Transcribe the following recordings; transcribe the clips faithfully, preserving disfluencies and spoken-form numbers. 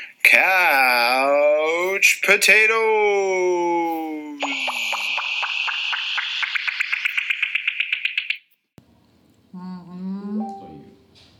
Couch potatoes. うんうんという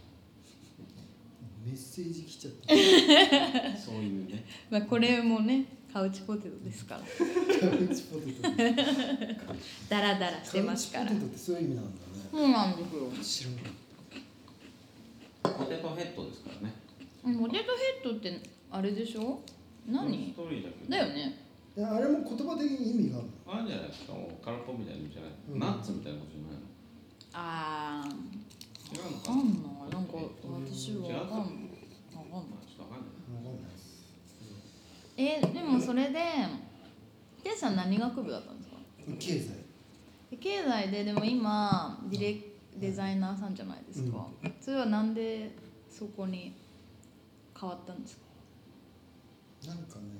メッセージ来ちゃったそういうねまあこれもねカウチポテトですからカウチポテトダラダラしてますからカウチポテトってそういう意味なんだね。 そうなんですよ。 知らなかっポテトヘッドですからね。 ポテトヘッドってあれでしょ？何？ ストーリーだけどだよね。 た。いやあれも言葉的に意味があるの。 あるじゃないですか。もう空っぽみたいな意味じゃない、 うんナッツみたいなことじゃないの。 あー違うのかわかんない。なんか私はわかんない。わかんない。 まあちょっとわかんない。 わかんないです。 えでもそれでケイさん何学部だったんですか？ 経済。 経済ででも今ディレデザイナーさんじゃないですか、うん、それはなんでそこに変わったんですか？ なんかね、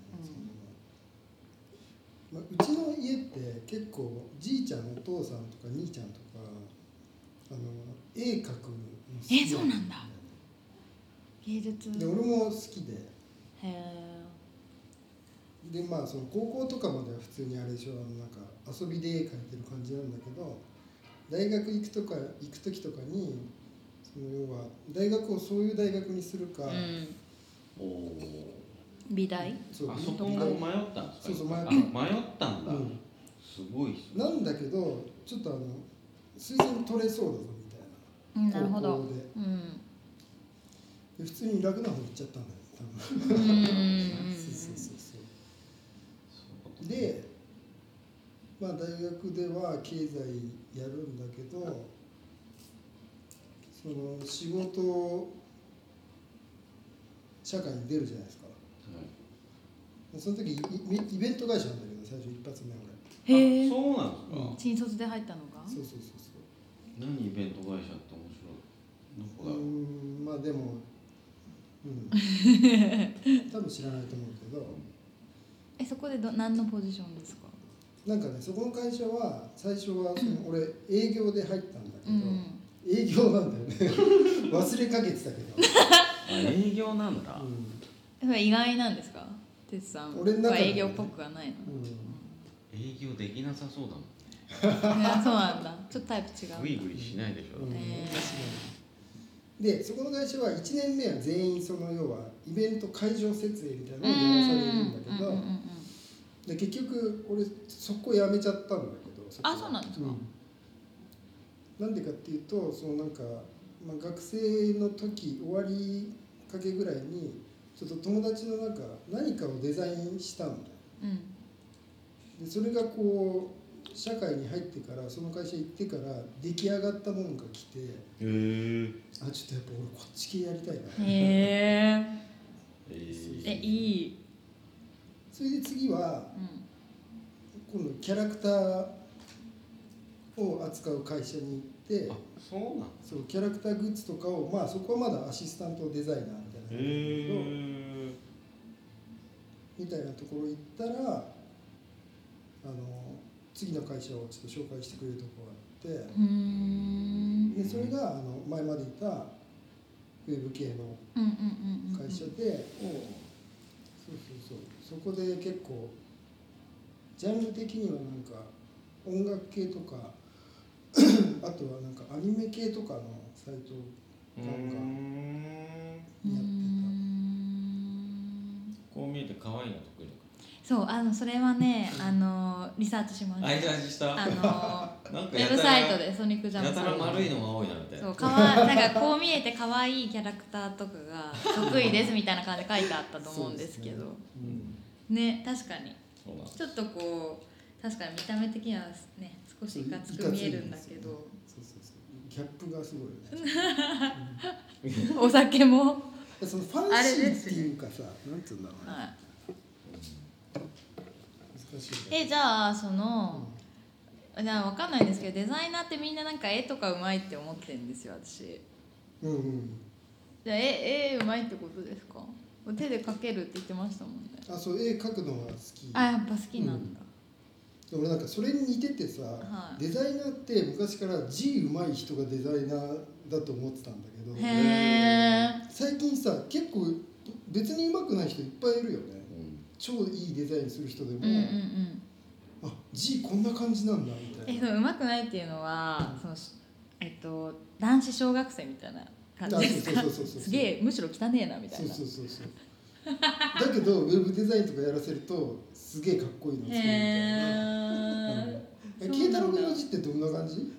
うんそのまあ、うちの家って結構じいちゃんお父さんとか兄ちゃんとかあの絵描くの好きえそうなんだ。芸術で俺も好きでへえ。 でまあその高校とかまでは普通にあれでしょ、あのなんか遊びで絵描いてる感じなんだけど、大学行くとか行く時とかにその要は大学をそういう大学にするか、 うん、 お美大？ そうあそこも迷ったんですか？ そうそう迷った。 迷ったんだ、うん、すごいっすね。 なんだけどちょっとあの推薦取れそうだぞみたいな、 うん、なるほど、 高校で、 うん、 で普通に楽な方行っちゃったんだよ多分うんうんうんそうそうそうそうでまあ大学では経済やるんだけど、その仕事社会に出るじゃないですか、はい、その時イベント会社なんだけど最初一発目俺。 へえ。 そうなんですか、 うん、 新卒で入ったのが？ そうそうそうそう。 何イベント会社って面白い。どこだろう。 うーんまあでも、うん、多分知らないと思うけどえそこでど何のポジションですか？ なんかねそこの会社は最初はその、うん、俺営業で入ったんだけど、うん、営業なんだよね忘れかけてたけどあ営業なんだ、 うん、それ意外なんですか？哲さん俺の中で、ね、営業っぽくはないの、うん、 営業できなさそうだもんいやそうなんだ。ちょっとタイプ違う。 グイグイしないでしょ、うんえー、でそこの会社はいちねんめは全員その要はイベント会場設営みたいなのをやらされるんだけど、で結局俺そこ辞めちゃったんだけど。 あそうなんですか、うん、 なんでかっていうとそのなんか、まあ、学生の時終わりかけぐらいにちょっと友達のなんか何かをデザインしたんだよ、 うん、 でそれがこう社会に入ってからその会社行ってから出来上がったものが来て、へえあちょっとやっぱ俺こっち系やりたいな。 へええいい。 それで次は、うん、今度キャラクターを扱う会社に行って、 あそうなんそうキャラクターグッズとかをまあそこはまだアシスタントデザイナーみたいなのだけど、みたいなところ行ったらあの次の会社をちょっと紹介してくれるところがあって、でそれがあの前までいたウェブ系の会社で、そうそうそうそこで結構ジャンル的にはなんか音楽系とかあとはなんかアニメ系とかのサイトガンガンやってた。こう見えて可愛いの得意だから。 そうあのそれはねあのリサーチしました。 あリサーチした。 あのなんかウェブサイトでソニックジャムやたら丸いのが多いなみたいな。 そうかわなんかこう見えて可愛いキャラクターとかが得意ですみたいな感じで書いてあったと思うんですけど、ね、うん、ね確かにちょっとこう確かに見た目的にはね少しいかつく見えるんだけど、そうそうそうギャップがすごいよねお酒もそのファンシーっていうかさ、なんていうんだろうね、はい、難しい。 えじゃあその、うん、じゃあ分かんないんですけどデザイナーってみんななんか絵とかうまいって思ってるんですよ私。 うんうん。 じゃあ絵絵うまいってことですか？手で描けるって言ってましたもんね。 あそう絵描くのが好き。 あやっぱ好きなんだ。 うん、俺なんかそれに似ててさ、はい、デザイナーって昔から字うまい人がデザイナーだと思ってたんだけど、 へー最近さ結構別に上手くない人いっぱいいるよね、 うん、 超いいデザインする人でも、 うんうんうん、 あ G こんな感じなんだみたいな。 え、その上手くないっていうのは、そのえっと男子小学生みたいな感じですか？すげえむしろ汚ねえなみたいな。 そうそうそうそうだけどウェブデザインとかやらせるとすげえかっこいいの作るみたいな。慶太郎君の字ってどんな感じ？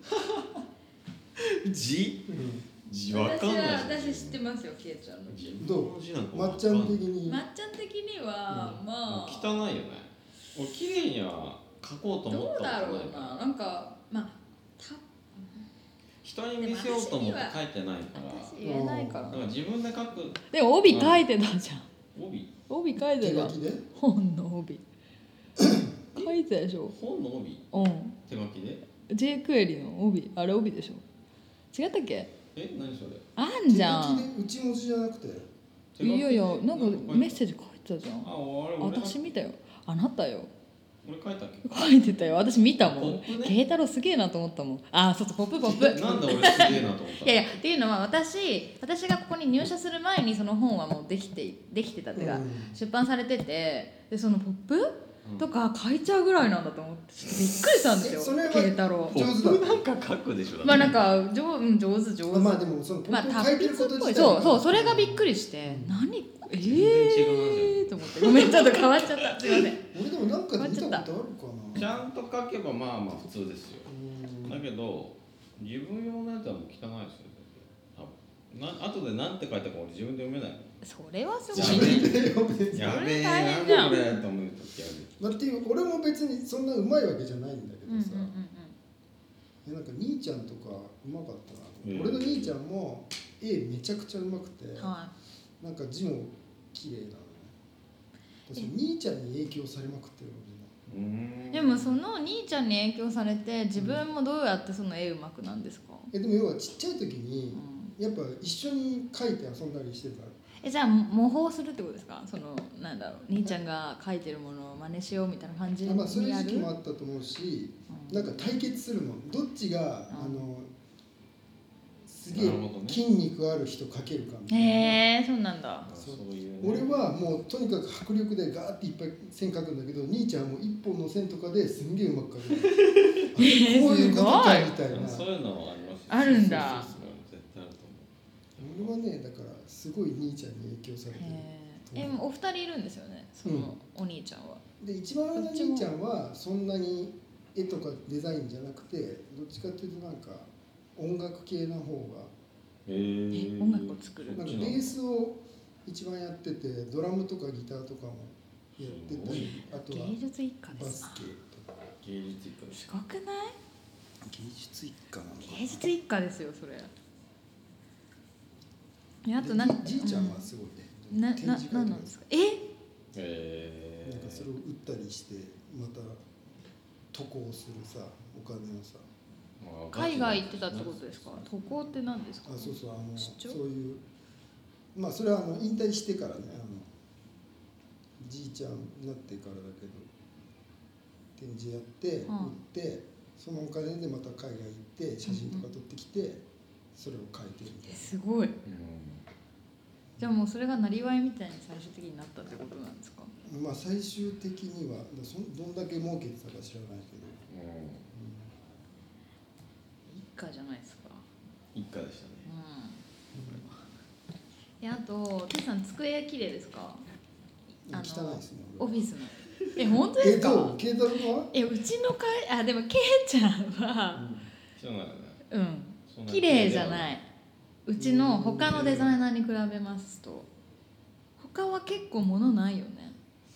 字？ うん、 字わかんない。 私は私知ってますよ、慶ちゃんの字。 どう？まっちゃん的に。 まっちゃん的には、うん、まあ汚いよね。俺綺麗には書こうと思ったことない。 どうだろうな、なんかまあた人に見せようと思って書いてないから。 私言えないから。 だから自分で書く。 でも帯書いてたじゃん。 帯？ 帯書いてた。 手書きで？ 本の帯。書いてたでしょ。 本の帯？うん。手書きで？ J クエリの帯、あれ帯でしょ。違ったっけ？ え、何それ？ あんじゃん。 手書きで内文字じゃなくて？ いやいや、なんかメッセージ書いてたじゃん。 あ、俺私見たよ。あなたよ。 俺書いたっけ？ 書いてたよ。私見たもん。慶太郎すげえなと思ったもん。あ、そうそう、ポップポップ。 なんで俺すげえなと思った？ いやいや、っていうのは私私がここに入社する前にその本はもうできてできてたっていうか、うん、出版されてて、でそのポップとか書いちゃうぐらいなんだと思ってちょっとびっくりしたんですよ。慶太郎上手だ。 なんか書くでしょ。 まあなんか上、うん、上手上手。 まあでもそのポップ書いてること自体、 そうそう、それがびっくりして、うん、何えーと思ってごめんちょっと変わっちゃったすいません。 俺でもなんか見たことあるかな。 ちゃんと書けばまあまあ普通ですよ。だけど自分用のやつはもう汚いですよ。な後で何て書いたか俺自分で読めない。 それはすごい。 やべえなんだこれと思う時ある。 だって俺も別にそんなうまいわけじゃないんだけどさ、うんうんうん、なんか兄ちゃんとかうまかったな、うん、俺の兄ちゃんも絵めちゃくちゃうまくて、はい、なんか字も綺麗なのね。私兄ちゃんに影響されまくってる俺も。でもその兄ちゃんに影響されて自分もどうやってその絵うまくなんですか？ えでも要はちっちゃい時に、うん、やっぱ一緒に描いて遊んだりしてた。 えじゃあ模倣するってことですか？そのなんだろう、兄ちゃんが描いてるものを真似しようみたいな感じにやる？ まあそういう時期もあったと思うし、うん、なんか対決するのどっちが、うん、あのすげえ筋肉ある人描けるかみたいな。 へえー、そうなんだ。 そうそういう、ね、俺はもうとにかく迫力でガーっていっぱい線描くんだけど、兄ちゃんはもう一本の線とかですんげえうまく描ける。えー、こういうことかみたいな。 そういうのありますよ。 あるんだ。 俺はねだからすごい兄ちゃんに影響されてる。 えお二人いるんですよね、そのお兄ちゃんは。 うん、で一番上の兄ちゃんはそんなに絵とかデザインじゃなくてどっちかっていうとなんか音楽系の方が、 えー、音楽を作るなんかベースを一番やっててドラムとかギターとかもやってたり、あとは芸術一家です。 バスケとか。 芸術一家です。 すごくない？ 芸術一家なのかな。 芸術一家ですよそれ。あとなじいちゃんはすごいね。 うん、なななんなんですか？え？ えー、 なんかそれを売ったりしてまた渡航するさお金をさ。 海外行ってたってことですか？渡航って何ですか？ あそうそうあのそういうまあそれはあの引退してからねあのじいちゃんになってからだけど展示やって、うん、売ってそのお金でまた海外行って写真とか撮ってきて、うんうん、それを描いてるみたいな。 すごい。うん、じゃあもうそれがなりわいみたいに最終的になったってことなんですか？ まあ最終的にはそどんだけ儲けてたか知らないけど、うんうん、 一家じゃないですか。 一家でしたね。 うん、あとテツさん机綺麗ですか？ あの汚いですね。 オフィスの。え本当ですか？ えどう？慶太郎は？ えうちの会あでもケイちゃんは、 うん、 うん綺麗じゃない。うちの他のデザイナーに比べますと他は結構物ないよね。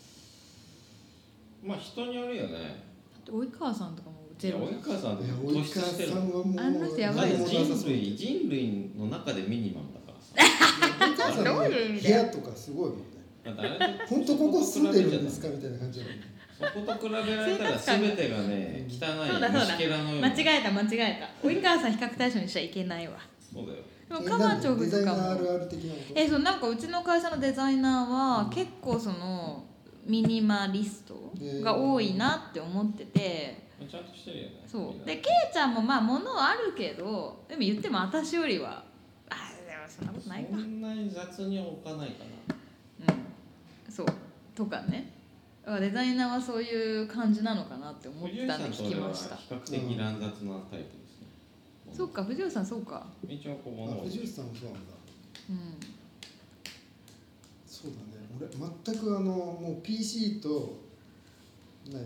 まあ人によるよね。だって及川さんとかもゼロ。 及川さんって突出してる。 あの人やばいよね。 人類人類の中でミニマムだからさ。どういう意味で？部屋とかすごいもんね。本当ここ住んでるんですかみたいな感じだよね。 そこと比べられたら全てがね汚い虫けらのような。 間違えた間違えた。及川さん比較対象にしちゃいけないわ。 そうだよ。 でもカマチョフとかも。 デザイナーあるある的なこと。 えそうなんかうちの会社のデザイナーは結構そのミニマリストが多いなって思ってて。 ちゃんとしてるよね。 そうでケイちゃんもまあ物はあるけどでも言っても私よりはあでもそんなことないか。 そんなに雑には置かないかな。 うんそうとかね。デザイナーはそういう感じなのかなって思ってたんで聞きました。 比較的乱雑なタイプですね、 うん、そうか、藤吉さんそうか。 一応こう物あ藤吉さんもそうなんだ。 うん、 そうだね。俺全くあのもう ピーシー と何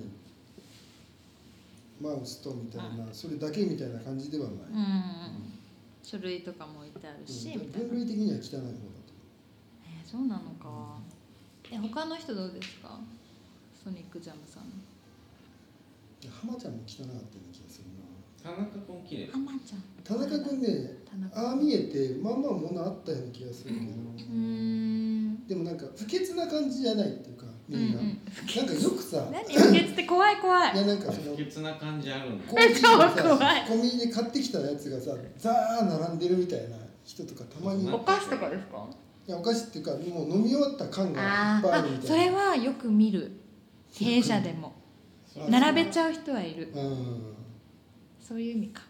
マウスとみたいな、うん、それだけみたいな感じではない。うんうんうん、 書類とかも置いてあるし、 うん、分類的には汚い方だと。 えー、そうなのか。え、他の人どうですか？ソニックジャムさん。 浜ちゃんも汚かったような気がするな。田中君綺麗。 浜ちゃん。 田中君ね、ああ見えてまあまあ物あったような気がするけど。うん。でもなんか不潔な感じじゃないっていうか、みんな。うんうん、なんかよくさ。 何不潔って怖い怖い。 いやなんかその不潔な感じあるんだ。 コーヒーをさ、コンビニで買ってきたやつがさ、ザー並んでるみたいな人とかたまに。 お菓子とかですか？ いやお菓子っていうかもう飲み終わった缶がいっぱいあるみたいな。 それはよく見る。弊社でも並べちゃう人はいる。うん、そういう意味か。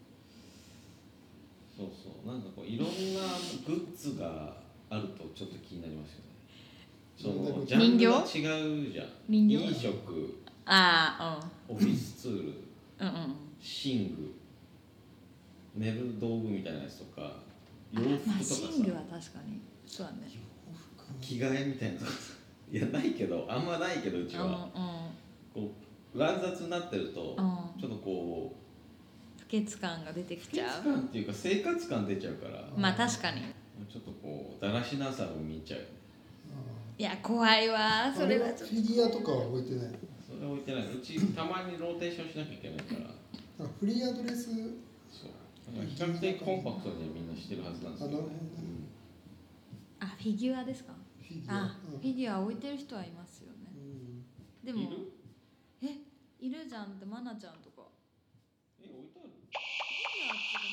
そうそう、なんかこういろんなグッズがあるとちょっと気になりますよね。そのジャンルが違うじゃん。人形、飲食、 あ、 うん、オフィスツール、 うんうん、 寝具、寝る道具みたいなやつとか、洋服とかさ。 まあ、寝具は確かにそうだね。 着替えみたいな。いやないけど、あんまないけどうちは、うんうん、こう乱雑になってると、うん、ちょっとこう不潔感が出てきちゃう。 不潔感っていうか生活感出ちゃうから、 まあ確かにちょっとこうだらしなさを見ちゃう。 いや怖いわそれは。ちょっとフィギュアとかは置いてない？ それは置いてない。うちたまにローテーションしなきゃいけないから。 あ、フリーアドレス。そう。 比較的コンパクトにみんなしてるはずなんですけど、ね。 あ、フィギュアですか？フィギュア、うん、フィギュア置いてる人はいますよね、うん、でもいる？え、いるじゃんってマナちゃんとか。 え、置いてある？ フィギュアって